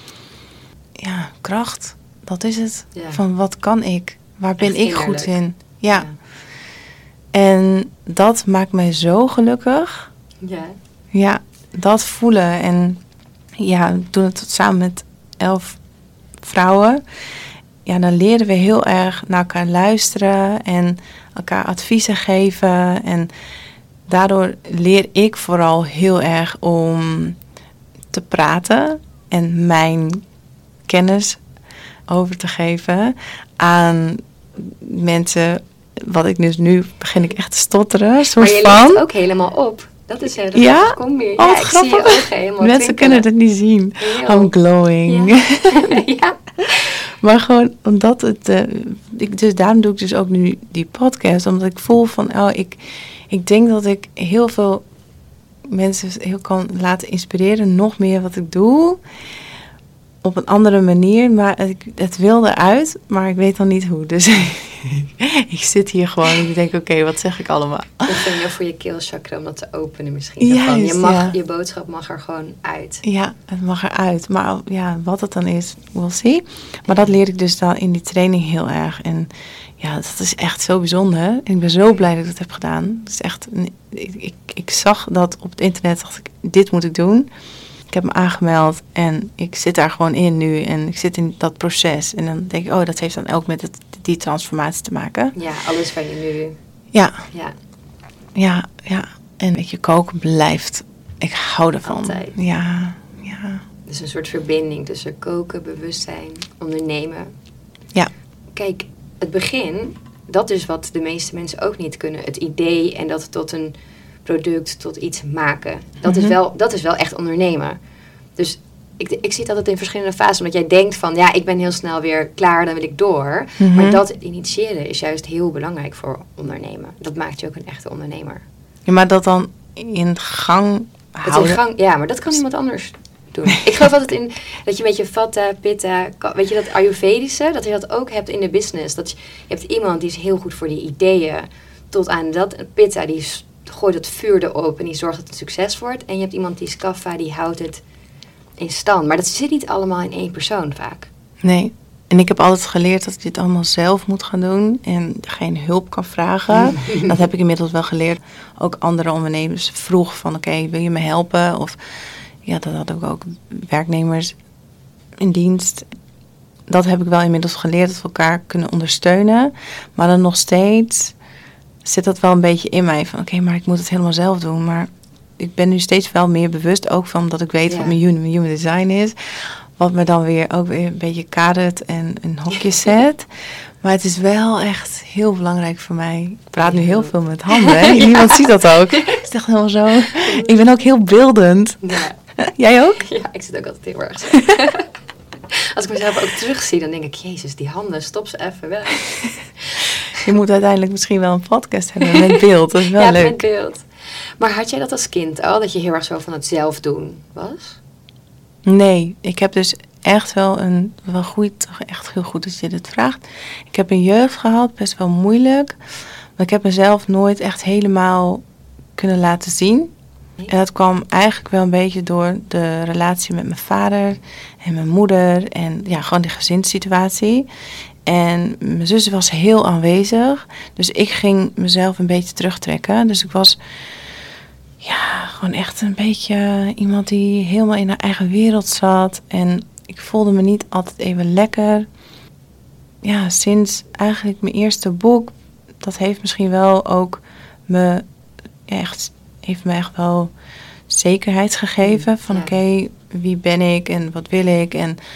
kracht? Dat is het. Ja. Van wat kan ik? Waar ben ik goed in? Ja. En dat maakt mij zo gelukkig. Ja. Ja, dat voelen. En we doen het samen met 11 vrouwen. Ja, dan leren we heel erg naar elkaar luisteren en elkaar adviezen geven. En daardoor leer ik vooral heel erg om te praten en mijn kennis over te geven aan mensen. Wat ik dus nu begin ik echt te stotteren. Maar je leert het ook helemaal op. Dat is het. Ja? Kom weer. Ja, ik zie je ogen helemaal mensen kunnen het niet zien. Heel. I'm glowing. Ja. Ja. Maar gewoon omdat het... dus daarom doe ik dus ook nu die podcast. Omdat ik voel van... ik denk dat ik heel veel mensen heel kan laten inspireren. Nog meer wat ik doe. Op een andere manier. Maar het wil eruit. Maar ik weet dan niet hoe. Dus ik zit hier gewoon en ik denk... Oké, wat zeg ik allemaal? Dat vind je voor je keelchakra om dat te openen misschien. Juist, je boodschap mag er gewoon uit. Ja, het mag eruit. Maar wat het dan is, we'll see. Maar dat leer ik dus dan in die training heel erg. En ja, dat is echt zo bijzonder. En ik ben zo blij dat ik dat heb gedaan. Het is echt, ik zag dat op het internet, dacht ik, dit moet ik doen. Ik heb me aangemeld en ik zit daar gewoon in nu. En ik zit in dat proces. En dan denk ik, dat heeft dan ook met die transformatie te maken. Ja, alles waar je nu... Ja. En weet je, koken blijft. Ik hou ervan. Altijd. Ja. Dus een soort verbinding tussen koken, bewustzijn, ondernemen. Ja. Kijk, het begin, dat is wat de meeste mensen ook niet kunnen. Het idee en dat tot een product, tot iets maken. Dat is wel echt ondernemen. Dus ik zie het altijd in verschillende fasen. Omdat jij denkt van, ik ben heel snel weer klaar, dan wil ik door. Mm-hmm. Maar dat initiëren is juist heel belangrijk voor ondernemen. Dat maakt je ook een echte ondernemer. Ja, maar dat dan in gang houden? Maar dat kan iemand anders doen. Ik geloof altijd in dat je een beetje vata, pitta, weet je dat Ayurvedische, dat je dat ook hebt in de business. Dat je hebt iemand die is heel goed voor die ideeën, tot aan dat pitta, die gooit het vuur erop en die zorgt dat het een succes wordt. En je hebt iemand die is kapha, die houdt het in stand. Maar dat zit niet allemaal in één persoon vaak. Nee. En ik heb altijd geleerd dat ik dit allemaal zelf moet gaan doen en geen hulp kan vragen. Dat heb ik inmiddels wel geleerd. Ook andere ondernemers vroeg van oké, wil je me helpen? Of dat had ik ook werknemers in dienst. Dat heb ik wel inmiddels geleerd, dat we elkaar kunnen ondersteunen. Maar dan nog steeds zit dat wel een beetje in mij van oké, maar ik moet het helemaal zelf doen. Maar ik ben nu steeds wel meer bewust ook van dat ik weet wat mijn human design is. Wat me dan weer ook weer een beetje kadert en een hokje zet. Maar het is wel echt heel belangrijk voor mij. Ik praat nu heel veel met handen. Hè? Niemand ziet dat ook. Het is echt helemaal zo. Ik ben ook heel beeldend. Ja. Jij ook? Ja, ik zit ook altijd heel erg zo. Als ik mezelf ook terugzie, dan denk ik, Jezus, die handen, stop ze even weg. Je moet uiteindelijk misschien wel een podcast hebben met beeld. Dat is wel leuk. Ja, met beeld. Maar had jij dat als kind al, dat je heel erg zo van het zelf doen was? Nee, ik heb dus echt wel echt heel goed dat je dit vraagt. Ik heb een jeugd gehad, best wel moeilijk. Maar ik heb mezelf nooit echt helemaal kunnen laten zien. Nee? En dat kwam eigenlijk wel een beetje door de relatie met mijn vader en mijn moeder. En ja, gewoon die gezinssituatie. En mijn zus was heel aanwezig. Dus ik ging mezelf een beetje terugtrekken. Dus ik was gewoon echt een beetje iemand die helemaal in haar eigen wereld zat. En ik voelde me niet altijd even lekker. Ja, sinds eigenlijk mijn eerste boek, dat heeft misschien wel ook heeft me echt wel zekerheid gegeven. Van oké, wie ben ik en wat wil ik?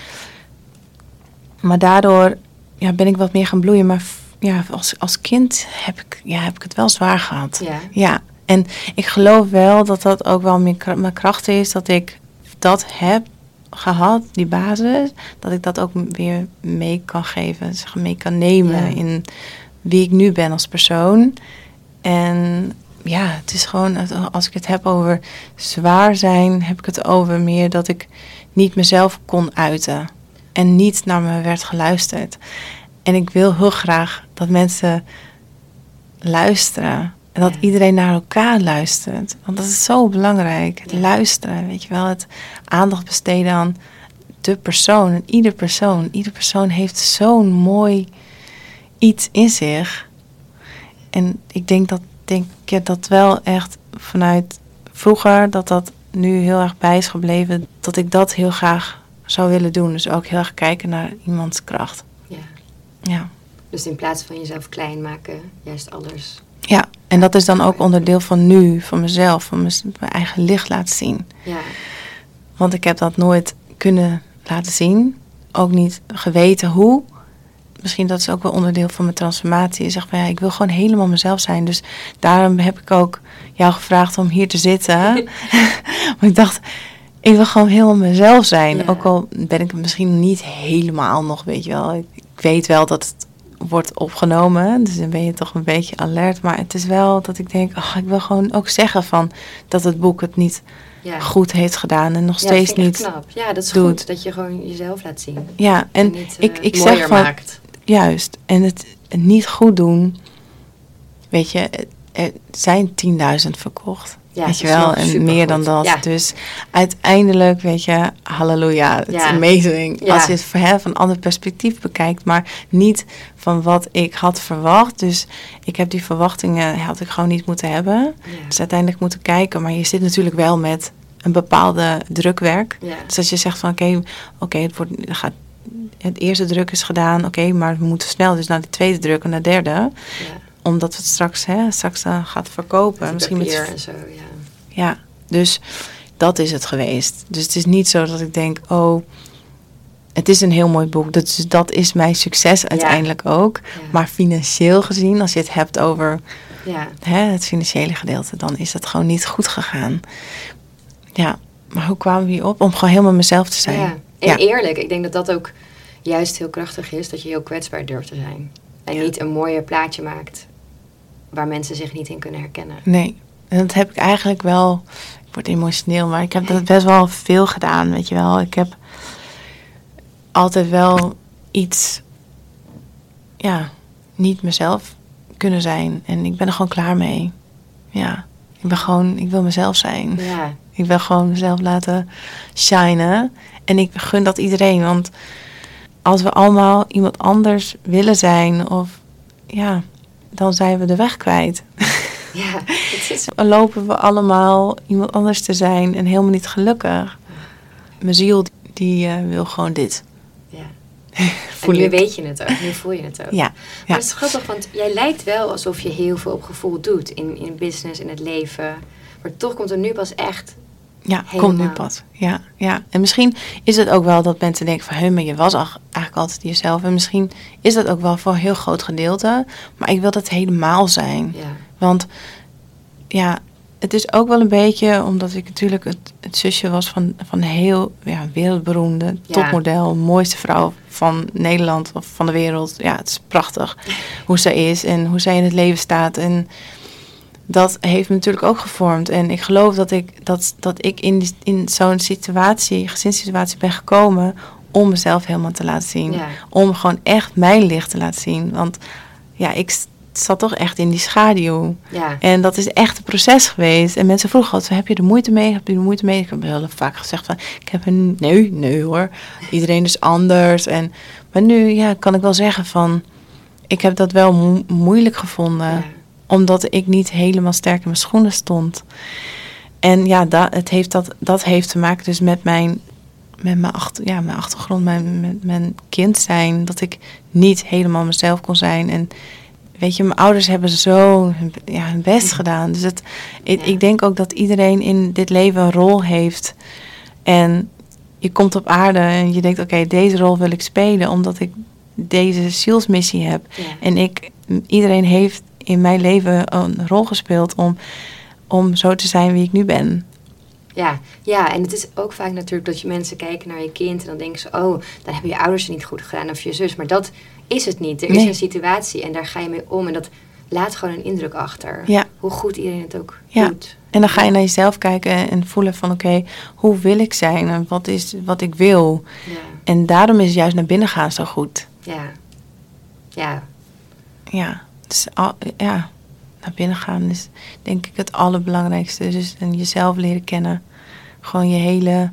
Maar daardoor ben ik wat meer gaan bloeien. Maar als kind heb ik het wel zwaar gehad. Ja. En ik geloof wel dat dat ook wel mijn kracht is. Dat ik dat heb gehad, die basis. Dat ik dat ook weer mee kan geven. Dus mee kan nemen in wie ik nu ben als persoon. En ja, het is gewoon, als ik het heb over zwaar zijn, heb ik het over meer dat ik niet mezelf kon uiten. En niet naar me werd geluisterd. En ik wil heel graag dat mensen luisteren. En dat iedereen naar elkaar luistert. Want dat is zo belangrijk. Het luisteren, weet je wel. Het aandacht besteden aan de persoon. En ieder persoon heeft zo'n mooi iets in zich. En ik denk dat wel echt vanuit vroeger, dat nu heel erg bij is gebleven. Dat ik dat heel graag zou willen doen. Dus ook heel erg kijken naar iemands kracht. Ja. Dus in plaats van jezelf klein maken, juist alles. Ja, en dat is dan ook onderdeel van nu, van mezelf, van mijn eigen licht laten zien. Ja. Want ik heb dat nooit kunnen laten zien. Ook niet geweten hoe. Misschien dat is ook wel onderdeel van mijn transformatie. Je zegt van ik wil gewoon helemaal mezelf zijn. Dus daarom heb ik ook jou gevraagd om hier te zitten. Want ik dacht, ik wil gewoon helemaal mezelf zijn. Ja. Ook al ben ik misschien niet helemaal nog, weet je wel. Ik weet wel dat het wordt opgenomen. Dus dan ben je toch een beetje alert. Maar het is wel dat ik denk, ik wil gewoon ook zeggen van dat het boek het niet goed heeft gedaan. En nog steeds dat vind niet ik knap. Ja, dat is doet. goed. Dat je gewoon jezelf laat zien. Ja, en niet, ik zeg van, maakt. Juist. En het niet goed doen. Weet je, er zijn 10.000 verkocht. Ja, weet je wel, en meer dan dat. Ja. Dus uiteindelijk, weet je, halleluja, het is amazing. Ja. Als je het van een ander perspectief bekijkt, maar niet van wat ik had verwacht. Dus ik heb die verwachtingen, had ik gewoon niet moeten hebben. Ja. Dus uiteindelijk moeten kijken. Maar je zit natuurlijk wel met een bepaalde drukwerk. Ja. Dus als je zegt van oké, het eerste druk is gedaan, maar we moeten snel dus naar de tweede druk en naar de derde. Ja. Omdat we het straks gaat verkopen. Misschien met en zo, ja, dus dat is het geweest. Dus het is niet zo dat ik denk, het is een heel mooi boek. Dat is mijn succes uiteindelijk ook. Ja. Maar financieel gezien, als je het hebt over het financiële gedeelte, dan is dat gewoon niet goed gegaan. Ja, maar hoe kwamen we hierop? Om gewoon helemaal mezelf te zijn. Ja. En eerlijk, ik denk dat dat ook juist heel krachtig is, dat je heel kwetsbaar durft te zijn. En niet een mooier plaatje maakt waar mensen zich niet in kunnen herkennen. Nee, en dat heb ik eigenlijk wel, ik word emotioneel, maar ik heb dat best wel veel gedaan, weet je wel. Ik heb altijd wel iets, niet mezelf kunnen zijn. En ik ben er gewoon klaar mee. Ja, ik wil mezelf zijn. Ja. Ik wil gewoon mezelf laten shinen. En ik gun dat iedereen, want als we allemaal iemand anders willen zijn, dan zijn we de weg kwijt. Ja, het is... Dan lopen we allemaal iemand anders te zijn en helemaal niet gelukkig. Mijn ziel, die wil gewoon dit. Ja. En nu weet je het ook, nu voel je het ook. Ja. Maar het is grappig, want jij lijkt wel alsof je heel veel op gevoel doet in business, in het leven. Maar toch komt er nu pas echt Ja, Helemaal. komt nu pas. Ja, ja. En misschien is het ook wel dat mensen denken van... maar je was eigenlijk altijd jezelf. En misschien is dat ook wel voor een heel groot gedeelte. Maar ik wil dat helemaal zijn. Ja. Want ja, het is ook wel een beetje... omdat ik natuurlijk het zusje was van een heel wereldberoemde topmodel. Mooiste vrouw van Nederland of van de wereld. Ja, het is prachtig hoe zij is en hoe zij in het leven staat. En dat heeft me natuurlijk ook gevormd. En ik geloof dat ik in zo'n gezinssituatie ben gekomen... om mezelf helemaal te laten zien. Ja. Om gewoon echt mijn licht te laten zien. Want ja, ik zat toch echt in die schaduw. Ja. En dat is echt een proces geweest. En mensen vroegen altijd, heb je er moeite mee? Heb je er moeite mee? Ik heb heel vaak gezegd van, ik heb een... Nee hoor. Iedereen is anders. Maar nu kan ik wel zeggen van... Ik heb dat wel moeilijk gevonden. Ja. Omdat ik niet helemaal sterk in mijn schoenen stond. En ja, dat heeft te maken dus met mijn achtergrond, met mijn kind zijn. Dat ik niet helemaal mezelf kon zijn. En weet je, mijn ouders hebben zo hun best gedaan. Dus ik denk ook dat iedereen in dit leven een rol heeft. En je komt op aarde en je denkt, oké, deze rol wil ik spelen. Omdat ik deze zielsmissie heb. Ja. En iedereen heeft in mijn leven een rol gespeeld om zo te zijn wie ik nu ben. Ja, en het is ook vaak natuurlijk dat je mensen kijken naar je kind... en dan denken ze, dan hebben je ouders het niet goed gedaan of je zus. Maar dat is het niet. Er is een situatie en daar ga je mee om. En dat laat gewoon een indruk achter. Ja. Hoe goed iedereen het ook doet. En dan ga je naar jezelf kijken en voelen van... oké, hoe wil ik zijn en wat is wat ik wil? Ja. En daarom is juist naar binnen gaan zo goed. Ja, dus naar binnen gaan is denk ik het allerbelangrijkste. Dus en jezelf leren kennen. Gewoon je hele...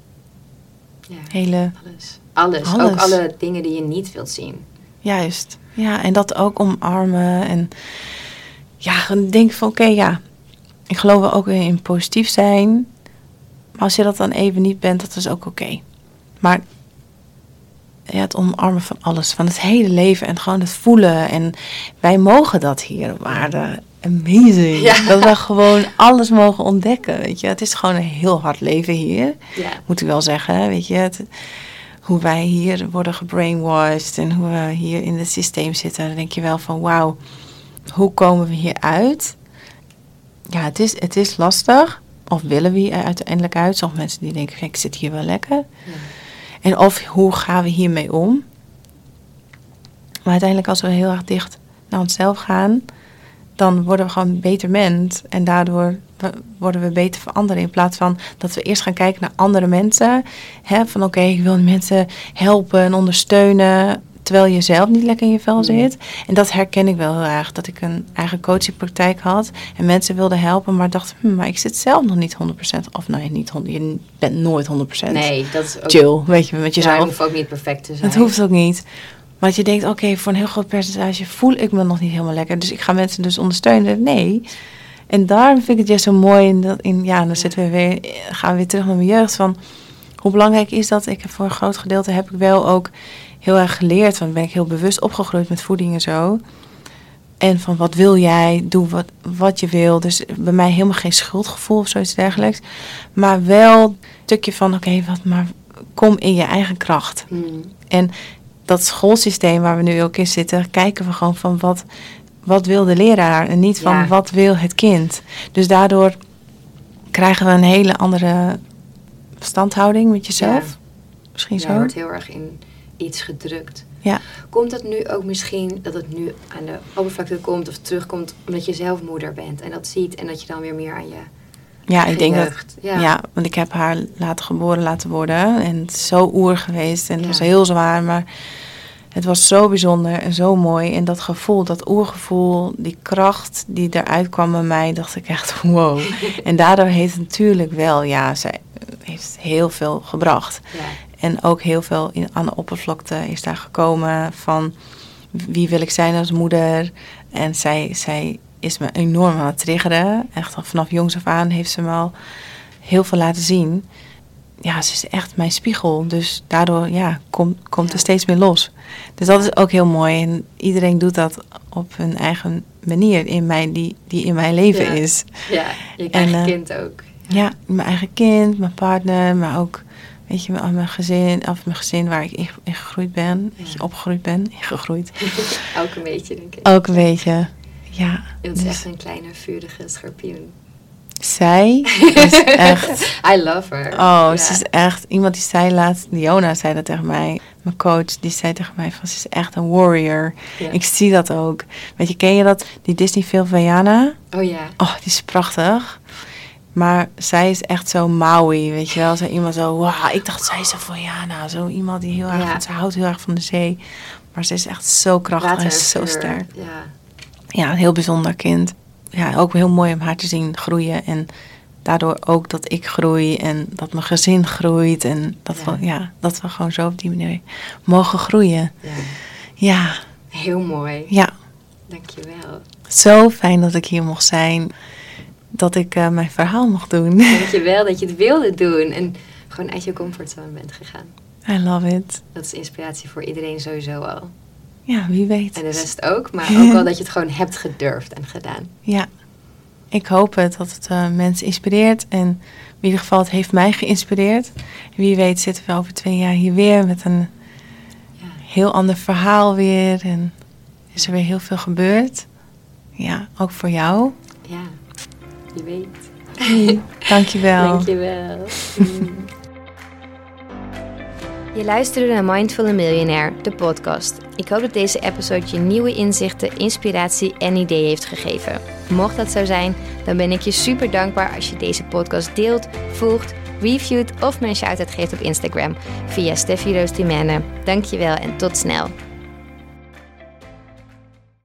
Alles. Ook alle dingen die je niet wilt zien. Juist. Ja, en dat ook omarmen. En denk van oké, ik geloof ook in positief zijn. Maar als je dat dan even niet bent, dat is ook oké. Maar het omarmen van alles, van het hele leven en gewoon het voelen. En wij mogen dat hier op aarde. Amazing. Ja. Dat we gewoon alles mogen ontdekken, weet je. Het is gewoon een heel hard leven hier, moet ik wel zeggen, weet je. Hoe wij hier worden gebrainwashed en hoe we hier in het systeem zitten. Dan denk je wel van, wauw, hoe komen we hier uit? Ja, het is lastig. Of willen we hier uiteindelijk uit? Sommige mensen die denken, ik zit hier wel lekker. Ja. En hoe gaan we hiermee om? Maar uiteindelijk als we heel erg dicht naar onszelf gaan... dan worden we gewoon een beter mens. En daardoor worden we beter voor anderen. In plaats van dat we eerst gaan kijken naar andere mensen. Van oké, ik wil mensen helpen en ondersteunen... terwijl je zelf niet lekker in je vel zit. En dat herken ik wel heel erg. Dat ik een eigen coachingpraktijk had. En mensen wilden helpen, maar dachten... maar ik zit zelf nog niet 100%. Of nee, niet 100%. Je bent nooit 100%. Nee, dat is ook... chill, weet je, met jezelf. Ja, het hoeft ook niet perfect te zijn. Het hoeft ook niet. Maar dat je denkt, oké, voor een heel groot percentage voel ik me nog niet helemaal lekker. Dus ik ga mensen dus ondersteunen. Nee. En daarom vind ik het juist zo mooi. Dan gaan we weer terug naar mijn jeugd. Van hoe belangrijk is dat? Ik heb voor een groot gedeelte heb ik wel ook heel erg geleerd. Want ben ik heel bewust opgegroeid met voeding en zo. En van wat wil jij? Doe wat je wil. Dus bij mij helemaal geen schuldgevoel of zoiets dergelijks. Maar wel een stukje van, maar kom in je eigen kracht. En dat schoolsysteem waar we nu ook in zitten, kijken we gewoon van wat wil de leraar en niet van wat wil het kind. Dus daardoor krijgen we een hele andere verstandhouding met jezelf. Ja. Misschien zo. Je wordt heel erg in iets gedrukt. Ja. Komt dat nu ook misschien dat het nu aan de oppervlakte komt of terugkomt omdat je zelf moeder bent en dat ziet en dat je dan weer meer aan je... Ja, ik denk dat... Ja, want ik heb haar geboren laten worden. En het is zo oer geweest. En het was heel zwaar, maar het was zo bijzonder en zo mooi. En dat gevoel, dat oergevoel, die kracht die eruit kwam bij mij, dacht ik echt, wow. En daardoor heeft het natuurlijk wel, zij heeft heel veel gebracht. Ja. En ook heel veel aan de oppervlakte is daar gekomen van wie wil ik zijn als moeder. En zij is me enorm aan het triggeren. Echt vanaf jongs af aan heeft ze me al heel veel laten zien. Ja, ze is echt mijn spiegel. Dus daardoor komt er steeds meer los. Dus dat is ook heel mooi. En iedereen doet dat op hun eigen manier die in mijn leven is. Ja, je eigen kind ook. Ja, mijn eigen kind, mijn partner, maar ook, weet je, mijn gezin waar ik in gegroeid ben. Weet je, opgegroeid ben, ingegroeid. Ook een beetje, denk ik. Ook een beetje, ja. Het is echt een kleine, vurige schorpioen. Zij is echt... I love her. Oh, ze is echt... Iemand die zei laatst... Leona zei dat tegen mij. Mijn coach, die zei tegen mij van... Ze is echt een warrior. Ja. Ik zie dat ook. Weet je, ken je dat? Die Disney film van Jana? Oh ja. Oh, die is prachtig. Maar zij is echt zo Maui, weet je wel. Zo iemand zo... Wow, ik dacht, zij is zo van Jana. Zo iemand die heel erg... Ze houdt heel erg van de zee. Maar ze is echt zo krachtig en zo sterk. Ja, een heel bijzonder kind. Ja, ook heel mooi om haar te zien groeien. En daardoor ook dat ik groei en dat mijn gezin groeit. En dat we gewoon zo op die manier mogen groeien. Ja. Heel mooi. Ja. Dankjewel. Zo fijn dat ik hier mocht zijn. Dat ik mijn verhaal mocht doen. Dankjewel dat je het wilde doen. En gewoon uit je comfortzone bent gegaan. I love it. Dat is inspiratie voor iedereen sowieso al. Ja, wie weet. En de rest ook, maar ook wel dat je het gewoon hebt gedurfd en gedaan. Ja, ik hoop het, dat het mensen inspireert. En in ieder geval, het heeft mij geïnspireerd. Wie weet zitten we over 2 jaar hier weer met een heel ander verhaal weer. En is er weer heel veel gebeurd. Ja, ook voor jou. Ja, wie weet. Dankjewel. Dankjewel. Je luisterde naar Mindful Millionaire, de podcast. Ik hoop dat deze episode je nieuwe inzichten, inspiratie en ideeën heeft gegeven. Mocht dat zo zijn, dan ben ik je super dankbaar als je deze podcast deelt, volgt, reviewt of me een shout-out geeft op Instagram via Steffi Roos Dimene. Dankjewel en tot snel.